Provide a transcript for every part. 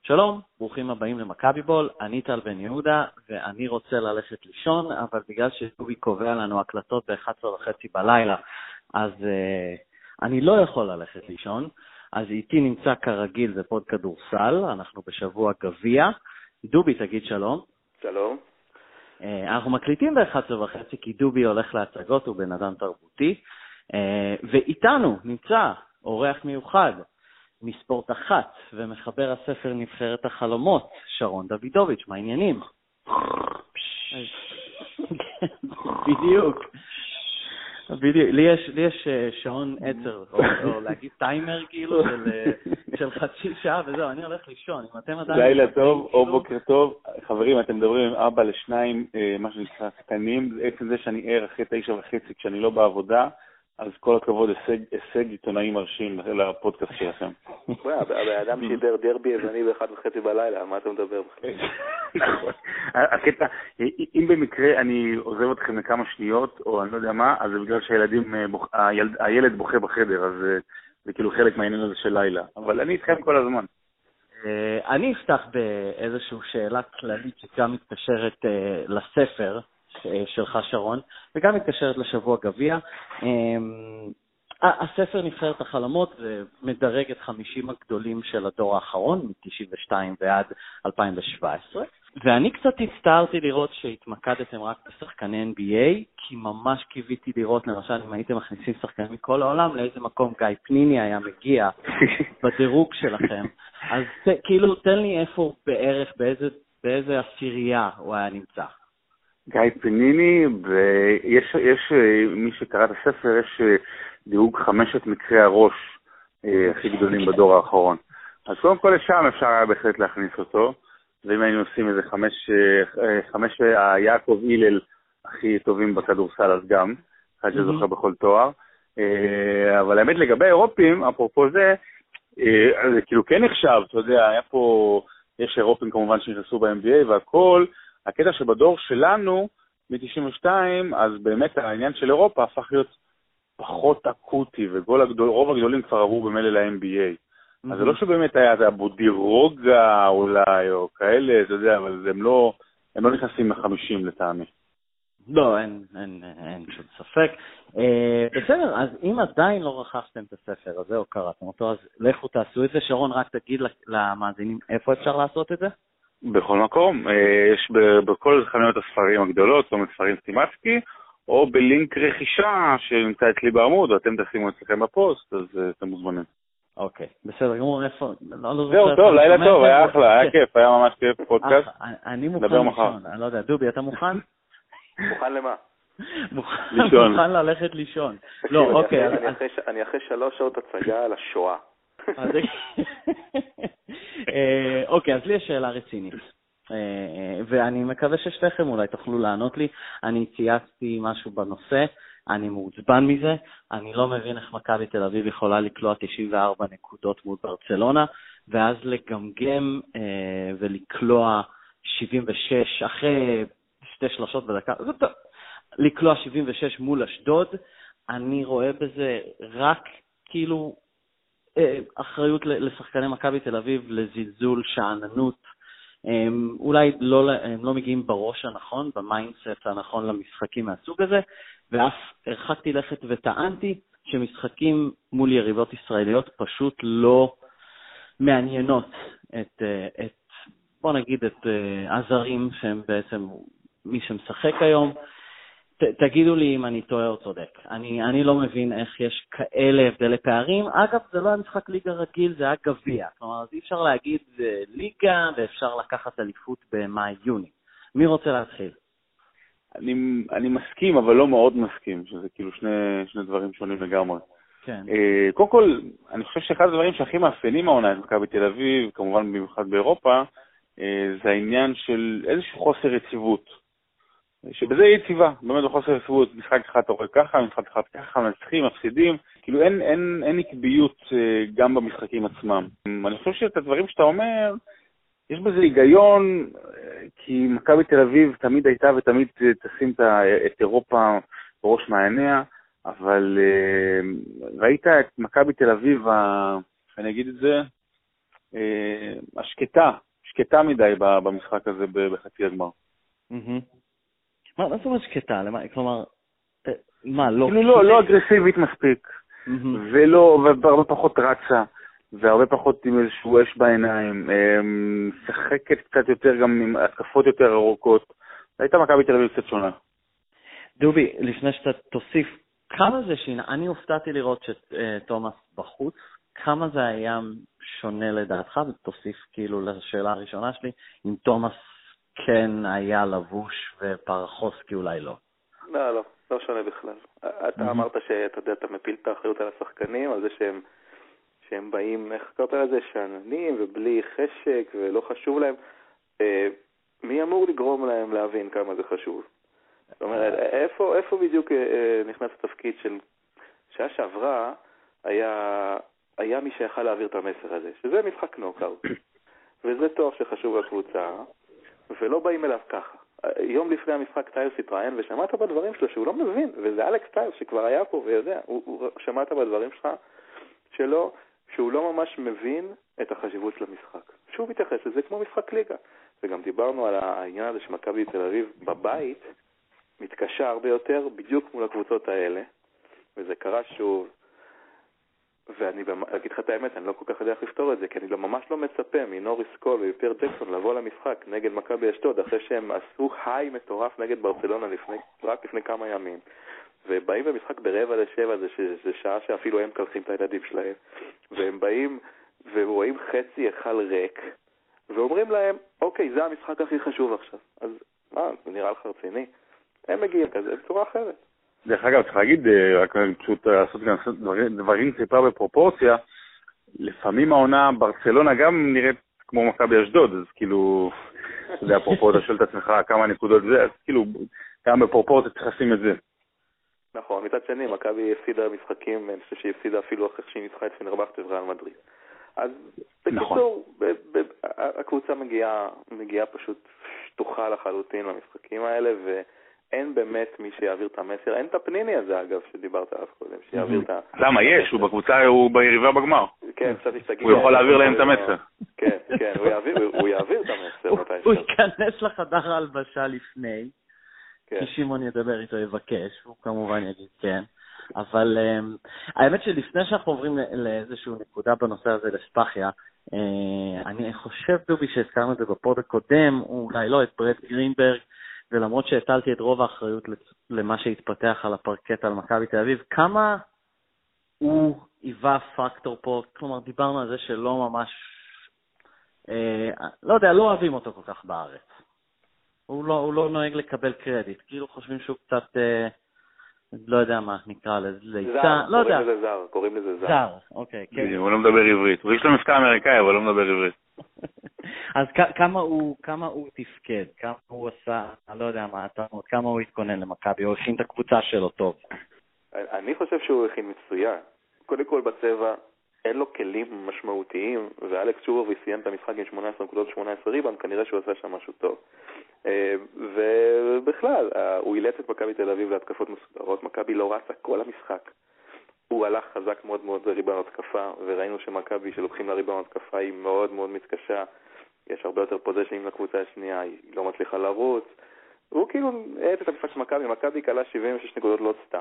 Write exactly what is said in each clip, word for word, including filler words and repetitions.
שלום, ברוכים הבאים למכבי בול, אני טל בן יהודה, ואני רוצה ללכת לישון, אבל בגלל שדובי קובע לנו הקלטות ב-אחת עשרה וחצי בלילה, אז uh, אני לא יכול ללכת לישון, אז איתי נמצא כרגיל זה פוד כדורסל, אנחנו בשבוע גביע. דובי, תגיד שלום. שלום. Uh, אנחנו מקליטים ב-אחת עשרה וחצי, כי דובי הולך להצגות, הוא בן אדם תרבותי, uh, ואיתנו נמצא אורח מיוחד, מספורט אחת ומחבר הספר נבחרת החלומות, שרון דוידוביץ', מה העניינים? בדיוק. בדיוק. לי יש, לי יש שעון עצר, או, או להגיד טיימר כאילו של, של חצי שעה וזהו, אני הולך לישון. אם אתם עדיין... לילה טוב או בוקר טוב. חברים, אתם מדברים עם אבא לשניים, מה שנקרא קטנים, עצם זה שאני ער אחרי תשע וחצי כשאני לא בעבודה, אז כל הכבוד, הישג, הישג עיתונאי מרשים לפודקאסט שלכם. האדם שידר דרבי יווני באחת וחצי בלילה, מה אתה מדבר? נכון. הקטע, אם במקרה אני עוזב אתכם לכמה שניות, או אני לא יודע מה, אז זה בגלל שהילדים, הילד בוכה בחדר, אז זה כאילו חלק מהעניין הזה של לילה. אבל אני איתכם כל הזמן. אני אפתח באיזושהי שאלה כללית שגם מתקשרת לספר, שלך שרון, וגם מתקשרת לשבוע גביע. הספר נבחרת החלומות מדרג את חמישים הגדולים של הדור האחרון, מ-תשעים ושתיים ועד אלפיים שבע עשרה, ואני קצת הצטערתי לראות שהתמקדתם רק בשחקני אן בי איי, כי ממש קיוויתי לראות, למשל, אם הייתם מכניסים שחקנים מכל העולם, לאיזה מקום גיא פניני היה מגיע בדירוג שלכם. אז כאילו, תן לי איפה בערך, באיזה, באיזה עשירייה הוא היה נמצא. גיא פניני, ויש יש, מי שקרא את הספר, יש דירוג חמשת מקרי הראש הכי גדולים בדור האחרון. אז קודם כל לשם אפשר היה בהחלט להכניס אותו, ואם היינו עושים איזה חמש, חמש היעקב אילל הכי טובים בכדורסל, אז גם, אחד שזוכה בכל תואר. אבל האמת לגבי האירופים, אפרופו זה, זה כאילו כן נחשב, אתה יודע, היה פה, יש אירופים כמובן שנכנסו ב-אן בי איי והכל, הקטע שבדור שלנו, מ-תשעים ושתיים, אז באמת העניין של אירופה הפך להיות פחות אקוטי, ורוב הגדולים כבר עברו במילא ל-אן בי איי. Mm-hmm. אז זה לא שבאמת היה, זה הבודירוגה אולי, או כאלה, אתה יודע, אבל הם לא, הם לא נכנסים לחמישים לטעמי. לא, אין, אין, אין שום ספק. אה, בסדר, אז אם עדיין לא רכשתם את הספר הזה, או קראתם אותו, אז לכו תעשו את זה. שרון, רק תגיד למאזינים איפה אפשר לעשות את זה? בכל מקום, יש בכל חנויות הספרים הגדולות, זאת אומרת ספרים סטימצקי, או בלינק רכישה שנמצא אצלי בעמוד, ואתם תשימו אצלכם בפוסט, אז אתם מוזמנים. אוקיי, בסדר, גמור, איפה? זהו, טוב, לילה טוב, היה אחלה, היה כיף, היה ממש כיף פודקאסט. אני מוכן לישון, אני לא יודע, דובי, אתה מוכן? מוכן למה? מוכן ללכת לישון. לא, אוקיי. אני אחרי שלוש שעות הצגה על השואה. אוקיי, אז לי יש שאלה רצינית, ואני מקווה ששתיכם אולי תוכלו לענות לי. אני צייצתי משהו בנושא, אני מעוצבן מזה, אני לא מבין איך מכבי תל אביב יכולה לקלוע תשעים וארבע נקודות מול ברצלונה, ואז לגמגם ולקלוע שבעים ושש, אחרי שתי שלושות בדקה, לקלוע שבעים ושש מול אשדוד. אני רואה בזה רק כאילו אחריות לשחקני מכבי תל אביב, לזלזול, שעננות, אולי לא, הם לא מגיעים בראש הנכון, במיינדסט הנכון למשחקים מהסוג הזה, ואף הרחקתי לכת וטענתי שמשחקים מול יריבות ישראליות פשוט לא מעניינות את, את בוא נגיד את הזרים שהם בעצם מי שמשחק היום. ת, תגידו לי אם אני טועה או צודק. אני, אני לא מבין איך יש כאלה הבדלי פערים. אגב, זה לא היה משחק ליגה רגיל, זה היה גביע. כלומר, אז אי אפשר להגיד זה ליגה, ואפשר לקחת אליפות במאי-יוני. מי רוצה להתחיל? אני, אני מסכים, אבל לא מאוד מסכים, שזה כאילו שני, שני דברים שונים לגמרי. כן. Uh, קודם כל, אני חושב שאחד הדברים שהכי מאפיינים העונה את מכבי תל אביב, כמובן במיוחד באירופה, uh, זה העניין של איזשהו חוסר יציבות. שבזה היא יציבה, באמת בחוסר יציבות, משחק אחד אתה רואה ככה, משחק אחד ככה, מנצחים, מפסידים, כאילו אין, אין, אין עקביות גם במשחקים עצמם. אני חושב שאת הדברים שאתה אומר, יש בזה היגיון, כי מכבי תל אביב תמיד הייתה ותמיד תשים את אירופה בראש מעייניה, אבל ראית את מכבי תל אביב, אני אגיד את זה, השקטה, שקטה מדי במשחק הזה בחצי הגמר. מה זאת אומרת שקטה? כלומר, מה, לא... כאילו לא אגרסיבית מספיק, ולא, והרבה פחות רצה, והרבה פחות עם איזשהו אש בעיניים, משחקת קצת יותר גם עם התקפות יותר ארוכות. הייתה מכבי תל אביב קצת שונה. דובי, לפני שאתה תוסיף, כמה זה שינה? אני הופתעתי לראות שתומאס בחוץ, כמה זה היה שונה לדעתך, ותוסיף כאילו לשאלה הראשונה שלי, אם תומאס כן היה לבוש ופרחוסקי אולי לא. לא, לא, לא שונה בכלל. אתה אמרת שאתה יודע, אתה מפיל את האחריות על השחקנים, על זה שהם, שהם באים, איך קראת לזה, שעננים ובלי חשק ולא חשוב להם. מי אמור לגרום להם להבין כמה זה חשוב? זאת אומרת, איפה, איפה בדיוק נכנס התפקיד של שעה שעברה היה, היה מי שיכל להעביר את המסר הזה, שזה משחק נוקאוט, וזה תואר שחשוב לקבוצה, ולא באים אליו ככה. יום לפני המשחק טיוס התראיין, ושמעת בדברים שלו שהוא לא מבין, וזה אלכס טיוס שכבר היה פה ויודע, הוא, הוא שמעת בדברים שלך שלו, שהוא לא ממש מבין את החשיבות של המשחק. שהוא מתייחס לזה כמו משחק ליגה. וגם דיברנו על העניין הזה שמכבי תל אביב בבית מתקשה הרבה יותר בדיוק מול הקבוצות האלה, וזה קרה שוב, ואני אגיד לך את האמת, אני לא כל כך יודע איך לפתור את זה, כי אני לא, ממש לא מצפה מנוריס קול ופייר ג'קסון לבוא למשחק נגד מכבי אשדוד, אחרי שהם עשו היי מטורף נגד ברצלונה לפני, רק לפני כמה ימים, ובאים במשחק ברבע לשבע, זה, זה שעה שאפילו הם קלחים את הילדים שלהם, והם באים ורואים חצי אחד ריק, ואומרים להם, אוקיי, זה המשחק הכי חשוב עכשיו. אז מה, זה נראה לך רציני? הם מגיעים כזה בצורה אחרת. דרך אגב, צריך להגיד, רק פשוט לעשות גם דברים טיפה בפרופורציה, לפעמים העונה ברצלונה גם נראית כמו מכבי אשדוד, אז כאילו, זה הפרופורציה של את עצמך, כמה נקודות זה, אז כאילו, גם בפרופורציה צריך לשים את זה. נכון, מצד שני, מכבי הפסידה משחקים, אני חושב שהיא הפסידה אפילו אחרי שהיא ניצחה את פנרבכטה וריאל מדריד. אז בקיצור, הקבוצה מגיעה, מגיעה פשוט שטוחה לחלוטין למשחקים האלה, ואין באמת מי שיעביר את המסר. אין את הפניני הזה, אגב, שדיברת עליו קודם, שיעביר את ה... למה? יש, הוא בקבוצה, הוא ביריבה בגמר. כן, קצת שתגיד... הוא יכול להעביר להם את המסר. כן, כן, הוא יעביר את המסר. הוא ייכנס לחדר ההלבשה לפני, כי שמעון ידבר איתו, יבקש, הוא כמובן יגיד כן. אבל um, האמת שלפני שאנחנו עוברים לאיזשהו נקודה בנושא הזה לספחיה, uh, אני חושב דובי שהזכרנו את זה בפוד הקודם, אולי לא, את ברד גרינברג, ולמרות שהטלתי את רוב האחריות למה שהתפתח על הפרקט על מכבי תל אביב, כמה הוא היווה פקטור פה, כלומר דיברנו על זה שלא ממש, uh, לא יודע, לא אוהבים אותו כל כך בארץ. הוא לא, הוא לא נוהג לקבל קרדיט, כאילו חושבים שהוא קצת... Uh, לא יודע מה נקרא לזה, ליצה, לא יודע. קוראים לזה זר, קוראים לזה זר. זר, אוקיי. הוא לא מדבר עברית, הוא יש לו מבטא אמריקאי, אבל לא מדבר עברית. אז כמה הוא, כמה הוא תפקד, כמה הוא עשה, אני לא יודע מה, כמה הוא התכונן למכבי, הוא הכין את הקבוצה שלו טוב. אני חושב שהוא הכין מצוין. קודם כל בצבע, אין לו כלים משמעותיים, ואלכס צ'ורובי סיים את המשחק עם שמונה עשרה נקודות ושמונה עשרה ריבאונד, כנראה שהוא עשה שם משהו טוב. ובכלל, הוא אילץ את מכבי תל אביב להתקפות מסודרות, מכבי לא רצה כל המשחק. הוא הלך חזק מאוד מאוד בריבאונד התקפה, וראינו שמכבי שלוקחים לריבאונד התקפה היא מאוד מאוד מתקשה, יש הרבה יותר פוזיישנים לקבוצה השנייה, היא לא מצליחה לרוץ. הוא כאילו העט את המשחק של מכבי, מכבי קלה שבעים ושש נקודות לא סתם.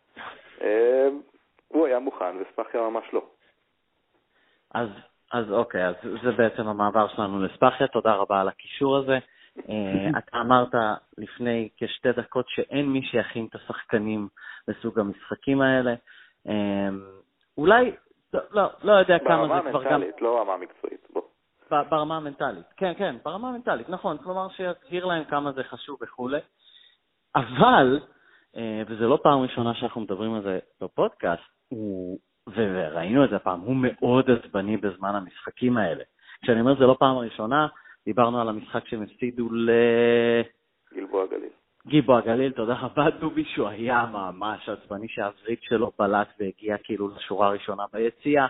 הוא היה מוכן, וספחיה ממש לא. אז, אז אוקיי, אז זה בעצם המעבר שלנו לספחיה, תודה רבה על הקישור הזה. אתה אמרת לפני כשתי דקות שאין מי שיכין את השחקנים לסוג המשחקים האלה. אולי, לא, לא יודע כמה זה כבר גם... ברמה המנטלית, לא רמה מקצועית, בוא. ברמה המנטלית, כן, כן, ברמה המנטלית, נכון, כלומר שיגדיר להם כמה זה חשוב וכו'. אבל, וזה לא פעם ראשונה שאנחנו מדברים על זה בפודקאסט, וראינו את זה פעם, הוא מאוד עצבני בזמן המשחקים האלה. כשאני אומר זה לא פעם ראשונה, דיברנו על המשחק שהם הפסידו ל... גלבוע גליל. גלבוע גליל, תודה רבה דובי, שהוא היה ממש עצבני שהזריק שלו בלט והגיע כאילו לשורה הראשונה ביציאה.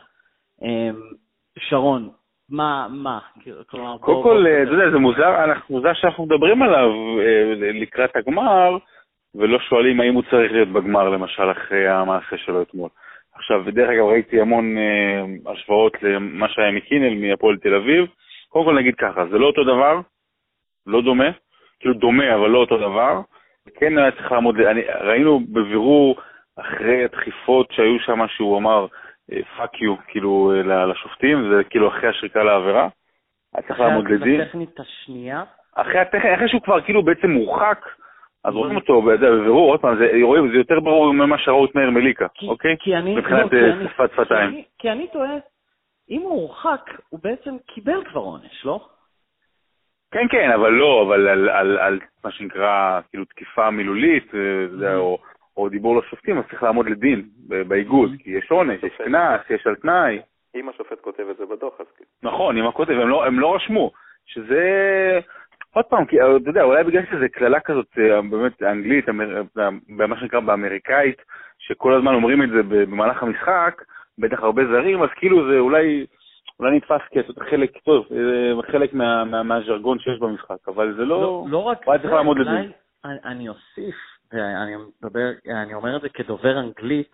שרון, מה, מה? קודם כל, אתה יודע, זה מוזר, מוזר שאנחנו מדברים עליו לקראת הגמר, ולא שואלים האם הוא צריך להיות בגמר, למשל, אחרי המעשה שלו אתמול. עכשיו, בדרך אגב ראיתי המון אה, השוואות למה שהיה מקינל מהפועל תל אביב. קודם כל נגיד ככה, זה לא אותו דבר, לא דומה, כאילו דומה אבל לא אותו דבר. כן היה צריך לעמוד, אני, ראינו בבירור אחרי הדחיפות שהיו שם שהוא אמר פאק יו, כאילו לשופטים, זה כאילו אחרי השריקה לעבירה. היה צריך לעמוד לדין. אחרי הטכנית השנייה? אחרי הטכנית, אחרי שהוא כבר כאילו בעצם מורחק, אז רואים אותו בבירור, עוד פעם, זה, רואים, זה יותר ברור ממה שראו את מאיר מליקה, אוקיי? מבחינת שפת שפתיים. כי אני טועה, אם הוא הורחק, הוא בעצם קיבל כבר עונש, לא? כן, כן, אבל לא, אבל על, על, על מה שנקרא, כאילו, תקיפה מילולית, או, או דיבור לשופטים, אז צריך לעמוד לדין באיגוד, כי יש עונש, יש קנס, יש על תנאי. אם השופט כותב את זה בדוח, אז כאילו. נכון, אם הכותב, הם לא, הם לא רשמו, שזה... עוד פעם, כי, אתה יודע, אולי בגלל שזה כללה כזאת, באמת, אנגלית, במה שנקרא באמריקאית, שכל הזמן אומרים את זה במהלך המשחק, בטח הרבה זרים, אז כאילו זה אולי, אולי נתפס כחלק טוב, חלק מה, מה, מהז'רגון שיש במשחק, אבל זה לא... לא, לא רק זה, אולי, אני, אני אוסיף, ואני מדבר, אני אומר את זה כדובר אנגלית,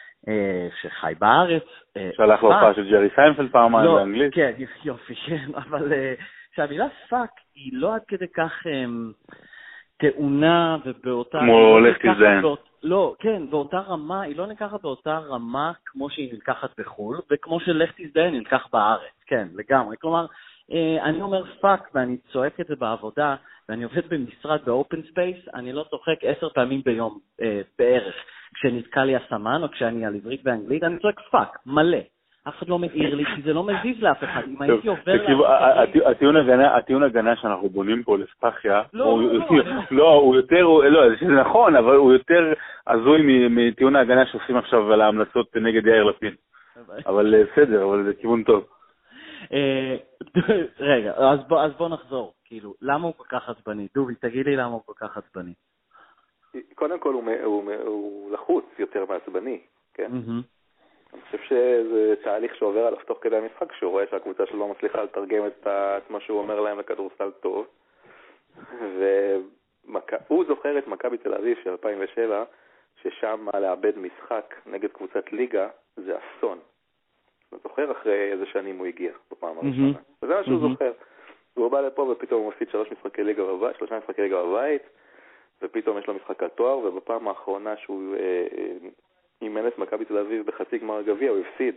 שחי בארץ. שלח להופעה של ג'רי סיינפלד פעמיים לא, באנגלית. כן, יופי, כן, אבל... שהמילה פאק היא לא עד כדי כך um, טעונה ובאותה... כמו לכתי זיין. באות, לא, כן, באותה רמה, היא לא נלקחת באותה רמה כמו שהיא נלקחת בחול, וכמו שלכתי זיין נלקח בארץ, כן, לגמרי. כלומר, אה, אני אומר פאק ואני צועק את זה בעבודה, ואני עובד במשרד באופן ספייס, אני לא צוחק עשר פעמים ביום אה, בערך. כשנתקע לי הסמן או כשאני על עברית ואנגלית, אני צועק פאק, מלא. אף אחד לא מעיר לי, כי זה לא מזיז לאף אחד. אם הייתי עובר לאף אחד... הטיעון הגנה שאנחנו בונים פה לספחיה, לא, הוא יותר, לא, זה נכון, אבל הוא יותר עזוי מטיעון ההגנה שעושים עכשיו על ההמלצות נגד יאיר לפיד. אבל בסדר, אבל זה כיוון טוב. רגע, אז בוא נחזור. כאילו, למה הוא כל כך עצבני? דובי, תגיד לי למה הוא כל כך עצבני. קודם כל הוא לחוץ יותר מעצבני, כן? אני חושב שזה תהליך שעובר עליו תוך כדי המשחק, שהוא רואה שהקבוצה שלו לא מצליחה לתרגם את מה שהוא אומר להם לכדורסל טוב. והוא זוכר את מכבי תל אביב של אלפיים ושבע, ששם לאבד משחק נגד קבוצת ליגה זה אסון. הוא זוכר אחרי איזה שנים הוא הגיע בפעם הראשונה. וזה מה שהוא זוכר. הוא בא לפה ופתאום הוא מפסיד שלוש משחקי ליגה בבית, שלושה משחקי ליגה בבית, ופתאום יש לו משחק על תואר, ובפעם האחרונה שהוא... אימן את מכבי תל אביב בחצי גמר הגביע, הוא הפסיד.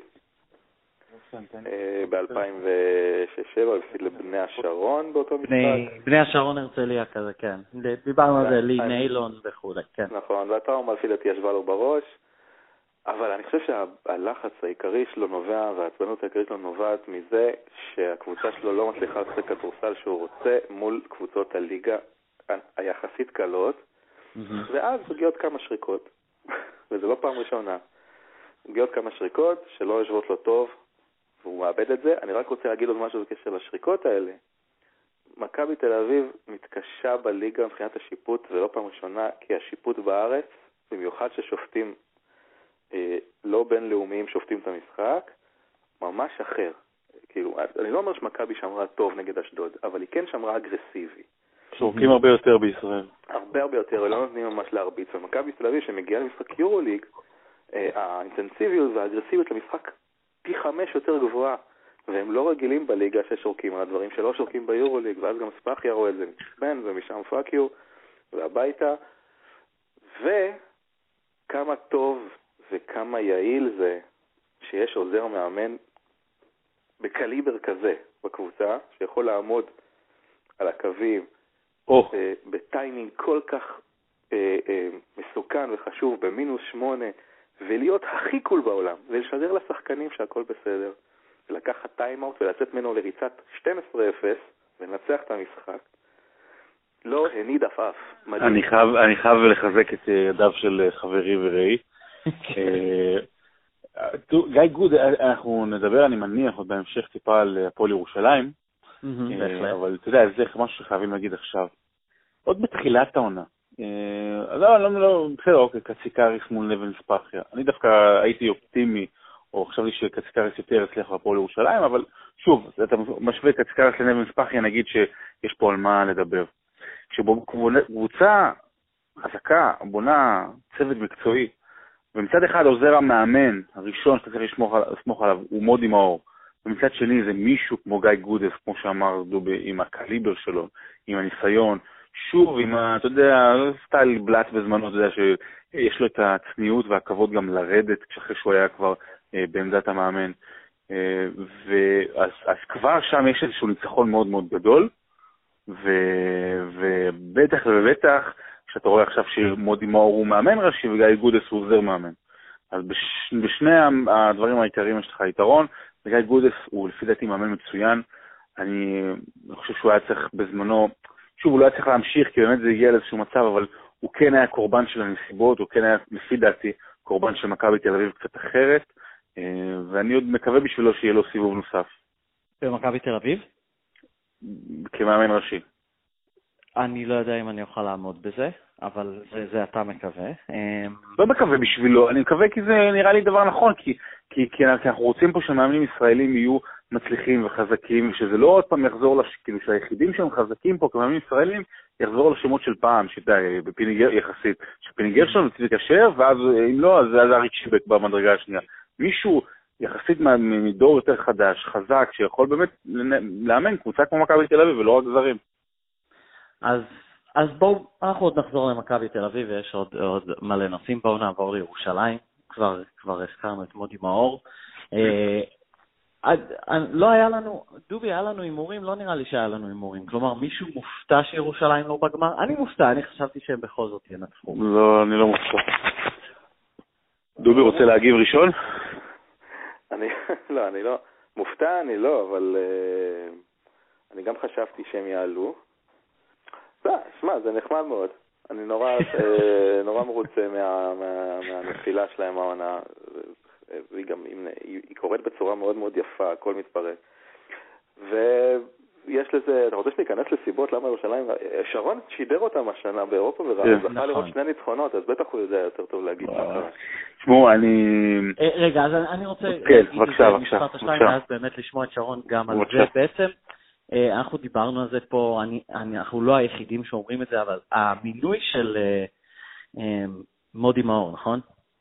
ב-אלפיים ושש הוא הפסיד לבני השרון באותו משחק. בני השרון הרצליה כזה, כן. דיברנו על זה, לי ניילון וכו', כן. נכון, והטראומה לפי דעתי ישבה לו בראש, אבל אני חושב שהלחץ העיקרי שלו נובע, והעצבנות העיקרית שלו נובעת מזה שהקבוצה שלו לא מצליחה לשחק כדורסל שהוא רוצה מול קבוצות הליגה היחסית קלות, ואז מגיעות כמה שריקות. וזה לא פעם ראשונה. מגיעות כמה שריקות שלא יושבות לו טוב, והוא מאבד את זה. אני רק רוצה להגיד עוד משהו בקשר לשריקות האלה. מכבי תל אביב מתקשה בליגה מבחינת השיפוט, ולא פעם ראשונה, כי השיפוט בארץ, במיוחד ששופטים אה, לא בינלאומיים שופטים את המשחק, ממש אחר. כאילו, אני לא אומר שמכבי שמרה טוב נגד אשדוד, אבל היא כן שמרה אגרסיבי. שורקים הרבה יותר בישראל. הרבה הרבה יותר, לא נותנים ממש להרביץ. ומכבי תל אביב שמגיעה למשחק יורוליג, האינטנסיביות והאגרסיביות למשחק פי חמש יותר גבוהה, והם לא רגילים בליגה ששורקים על הדברים שלא שורקים ביורוליג, ואז גם ספחיה רואה את זה מתחבן, ומשם פאקיו, והביתה. וכמה טוב וכמה יעיל זה שיש עוזר מאמן בקליבר כזה בקבוצה, שיכול לעמוד על הקווים, Oh. בטיימינג כל כך אה, אה, מסוכן וחשוב, במינוס שמונה, ולהיות הכי קול בעולם, ולשדר לשחקנים שהכל בסדר, ולקחת טיימאוט ולצאת ממנו לריצת שתים עשרה אפס, ולנצח את המשחק. לא הניד אפף. אני חייב, אני חייב לחזק את ידיו של חברי וראי. גיא גוד, אנחנו נדבר, אני מניח, עוד בהמשך טיפה על הפועל ירושלים, אבל אתה יודע, זה משהו שחייבים להגיד עכשיו. עוד בתחילת העונה. לא, לא, לא, בסדר, אוקיי, קציקריס מול נבן ספחיה. אני דווקא הייתי אופטימי, או חשבתי שקציקריס יותר הצליח בפועל ירושלים, אבל שוב, אתה משווה קציקריס לנבן ספחיה, נגיד שיש פה על מה לדבר. כשקבוצה חזקה, בונה צוות מקצועי, ומצד אחד עוזר המאמן הראשון שאתה צריך לסמוך עליו הוא מודי מאור, ומצד שני זה מישהו כמו גיא גודס, כמו שאמר דובי, עם הקליבר שלו, עם הניסיון, שוב עם ה, אתה יודע, סטייל בלט בזמנו, אתה יודע שיש לו את הצניעות והכבוד גם לרדת כשאחרי שהוא היה כבר אה, בעמדת המאמן. אה, ואז, אז כבר שם יש איזשהו ניצחון מאוד מאוד גדול, ו, ובטח ובטח, כשאתה רואה עכשיו שמודי מאור הוא מאמן ראשי וגיא גודס הוא עוזר מאמן. אז בש, בשני הדברים העיקריים יש לך יתרון, וגיא גודס הוא לפי דעתי מאמן מצוין. אני חושב שהוא היה צריך בזמנו, שוב הוא לא היה צריך להמשיך כי באמת זה הגיע לאיזשהו מצב, אבל הוא כן היה קורבן של הנסיבות, הוא כן היה לפי דעתי קורבן של מכבי תל אביב קצת אחרת, ואני עוד מקווה בשבילו שיהיה לו סיבוב נוסף. במכבי תל אביב? כמאמן ראשי. אני לא יודע אם אני אוכל לעמוד בזה, אבל זה, זה אתה מקווה. לא מקווה בשבילו, אני מקווה כי זה נראה לי דבר נכון, כי, כי, כי אנחנו רוצים פה שמאמנים ישראלים יהיו מצליחים וחזקים, ושזה לא עוד פעם יחזור, לש, כאילו שהיחידים שהם חזקים פה כמאמנים ישראלים, יחזור לשמות של פעם, שאתה, בפיניגר יחסית, שפיניגר שלנו צריך לקשר, ואז אם לא, אז זה אריק שיבק במדרגה השנייה. מישהו יחסית מדור יותר חדש, חזק, שיכול באמת לאמן קבוצה כמו מכבי תל אביב ולא רק זרים. אז, אז בואו, אנחנו עוד נחזור למכבי תל אביב, ויש עוד, עוד מלא נושאים. בואו נעבור לירושלים, כבר, כבר הזכרנו את מודי מאור. אה, עד, לא היה לנו, דובי, היה לנו אימורים, לא נראה לי שהיה לנו אימורים. כלומר, מישהו מופתע שירושלים לא בגמר? אני מופתע, אני חשבתי שהם בכל זאת ינצחו. לא, אני לא מופתע. דובי רוצה להגיב ראשון? אני, לא, אני לא, מופתע אני לא, אבל uh, אני גם חשבתי שהם יעלו. לא, שמע, זה נחמד מאוד. אני נורא, נורא מרוצה מה, מה, מהנפילה שלהם העונה. והיא גם, היא, היא קורית בצורה מאוד מאוד יפה, הכל מתפרק. ויש לזה, אתה רוצה שניכנס לסיבות למה ירושלים, שרון שידר אותם השנה באירופה וזכה לראות שני ניצחונות, אז בטח הוא יודע יותר טוב להגיד מה קרה. תשמעו, אני... רגע, אז אני רוצה... כן, בבקשה, בבקשה. ואז באמת לשמוע את שרון גם על זה. בעצם, אנחנו דיברנו על זה פה, אנחנו לא היחידים שאומרים את זה, אבל המינוי של מודי מאור, נכון?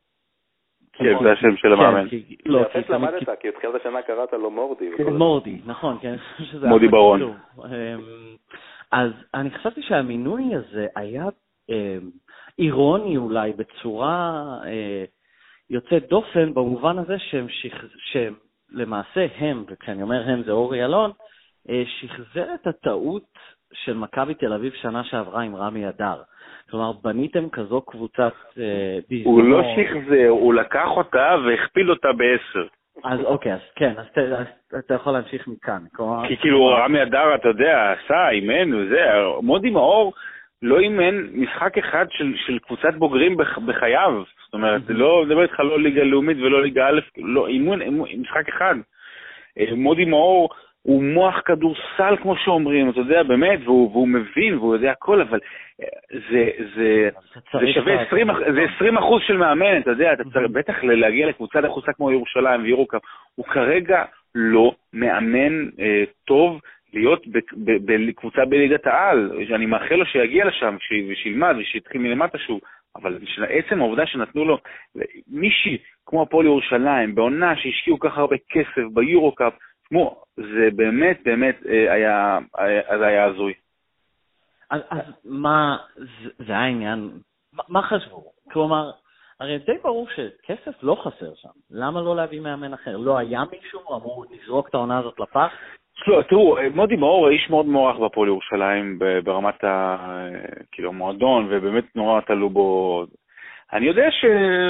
כן, זה השם של המאמן. לא, כי למדת, כי התחילת השנה קראת לו מורדי. מורדי, נכון, כן. מודי ברון. אז אני חשבתי שהמינוי הזה היה אירוני אולי בצורה יוצאת דופן, במובן הזה שהם למעשה הם, וכשאני אומר הם זה אורי אלון, שחזר את הטעות של מכבי תל אביב שנה שעברה עם רמי אדר. כלומר, בניתם כזו קבוצת ביזיון. הוא לא שחזר, הוא לקח אותה והכפיל אותה בעשר. אז אוקיי, אז כן, אז אתה יכול להמשיך מכאן. כי כאילו רמי אדר, אתה יודע, עשה, אימן וזה, מודי מאור לא אימן משחק אחד של קבוצת בוגרים בחייו. זאת אומרת, לא מדבר איתך לא ליגה לאומית ולא ליגה א', לא, אימון, משחק אחד. מודי מאור הוא מוח כדורסל, כמו שאומרים, אתה יודע, באמת, והוא, והוא מבין, והוא יודע הכל, אבל זה, זה, זה שווה עשרים, זה עשרים אחוז של מאמן, אתה יודע, אתה צריך בטח להגיע לקבוצה לחוצה כמו ירושלים וירוקה, הוא כרגע לא מאמן אה, טוב להיות בקבוצה בליגת העל, שאני מאחל לו שיגיע לשם, ושילמד ושיתחיל מלמטה שוב, אבל עצם העובדה שנתנו לו מישהי כמו הפועל ירושלים, בעונה שהשקיעו ככה הרבה כסף ביורוקאפ, כמו, זה באמת, באמת היה, זה היה הזוי. אז, אז מה, זה, זה העניין, מה, מה חשבו? כלומר, הרי די ברור שכסף לא חסר שם. למה לא להביא מאמן אחר? לא היה מישהו אמור לזרוק את העונה הזאת לפח? לא, תראו, מודי מאור איש מאוד מוערך בפועל ירושלים ברמת ה, כאילו, המועדון, ובאמת נורא תלו בו. אני יודע ש...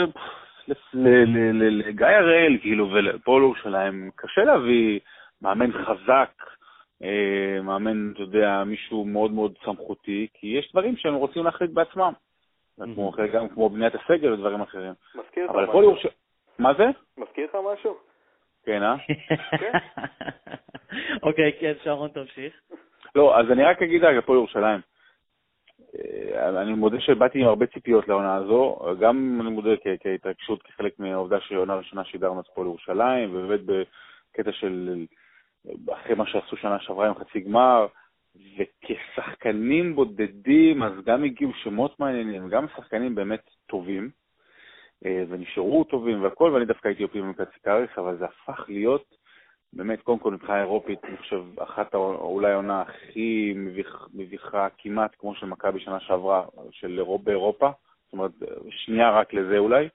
לגיא הראל, כאילו, ולפועל ירושלים, קשה להביא מאמן חזק, מאמן, אתה יודע, מישהו מאוד מאוד סמכותי, כי יש דברים שהם רוצים להחליט בעצמם. גם כמו בניית הסגל ודברים אחרים. מזכיר לך משהו? ירושלים... מה זה? מזכיר לך משהו? כן, אה? אוקיי, כן, שרון תמשיך. לא, אז אני רק אגיד רגע, הפועל ירושלים. אני מודה שבאתי עם הרבה ציפיות לעונה הזו, גם אני מודה כהתרגשות כחלק מהעובדה שעונה ראשונה שידרנו את הפועל ירושלים, ובאמת בקטע של אחרי מה שעשו שנה שעברה עם חצי גמר, וכשחקנים בודדים, אז גם הגיעו שמות מעניינים, גם שחקנים באמת טובים, ונשארו טובים והכל, ואני דווקא הייתי אופטימי מקצי קאריס, אבל זה הפך להיות, באמת, קודם כל מבחינה אירופית, אני חושב, אחת אולי העונה הכי מביך, מביכה כמעט כמו של מכבי בשנה שעברה, של אירופה באירופה, זאת אומרת, שנייה רק לזה אולי,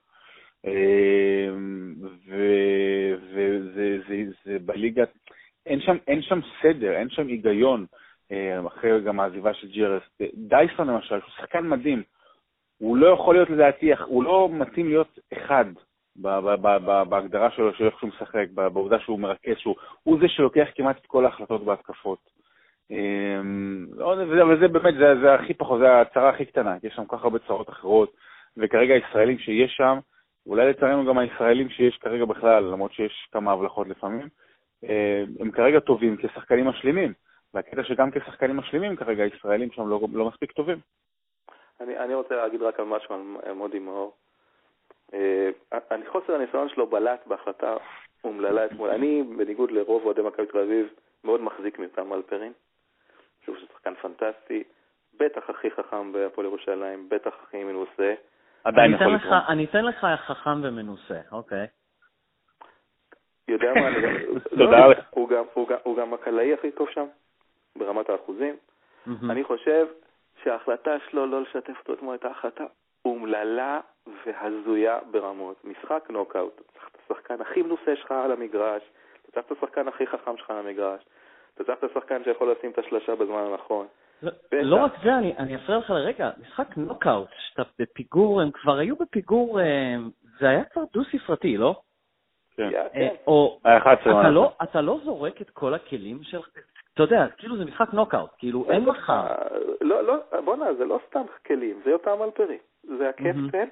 וזה זה, זה בליגה, אין שם, אין שם סדר, אין שם היגיון, אחרי גם העזיבה של ג'רס. דייסון למשל, הוא שחקן מדהים, הוא לא יכול להיות לדעתי, הוא לא מתאים להיות אחד בהגדרה שלו, של איך שהוא משחק, בעובדה שהוא מרכז, שהוא זה שלוקח כמעט את כל ההחלטות בהתקפות. וזה באמת, זה הכי פחות, זה הצרה הכי קטנה, יש שם כל כך הרבה צרות אחרות, וכרגע הישראלים שיש שם, אולי לצערנו גם הישראלים שיש כרגע בכלל, למרות שיש כמה הבלחות לפעמים, הם כרגע טובים כשחקנים משלימים, והקטע שגם כשחקנים משלימים כרגע הישראלים שם לא, לא מספיק טובים. אני, אני רוצה להגיד רק על משהו על מודי מאור. אני חוסר הניסיון שלו בלט בהחלטה אומללה אתמול. אני, בניגוד לרוב אוהדי מכבי תל אביב, מאוד מחזיק מיותם אלפרין. חושב שזה שחקן פנטסטי, בטח הכי חכם בהפועל ירושלים, בטח הכי מנוסה. עדיין יכול לקרוא. אני אתן לך חכם ומנוסה, אוקיי. יודע מה, הוא גם הקלעי הכי טוב שם, ברמת האחוזים. אני חושב שההחלטה שלו לא לשתף אותו אתמול הייתה החלטה אומללה והזויה ברמות. משחק נוקאוט, אתה צריך את השחקן הכי מנוסה שלך על המגרש, אתה צריך את השחקן הכי חכם שלך על המגרש, אתה צריך את השחקן שיכול לשים את השלשה בזמן הנכון. לא רק זה, אני אפריע לך לרגע, משחק נוקאוט, שאתה בפיגור, הם כבר היו בפיגור, זה היה כבר דו-ספרתי, לא? כן. או אתה לא זורק את כל הכלים של... אתה יודע, כאילו זה משחק נוקאוט, כאילו אין לך... לא, לא, בוא נה, זה לא סתם כלים, זה יותם אלפרי. זה הקפטן,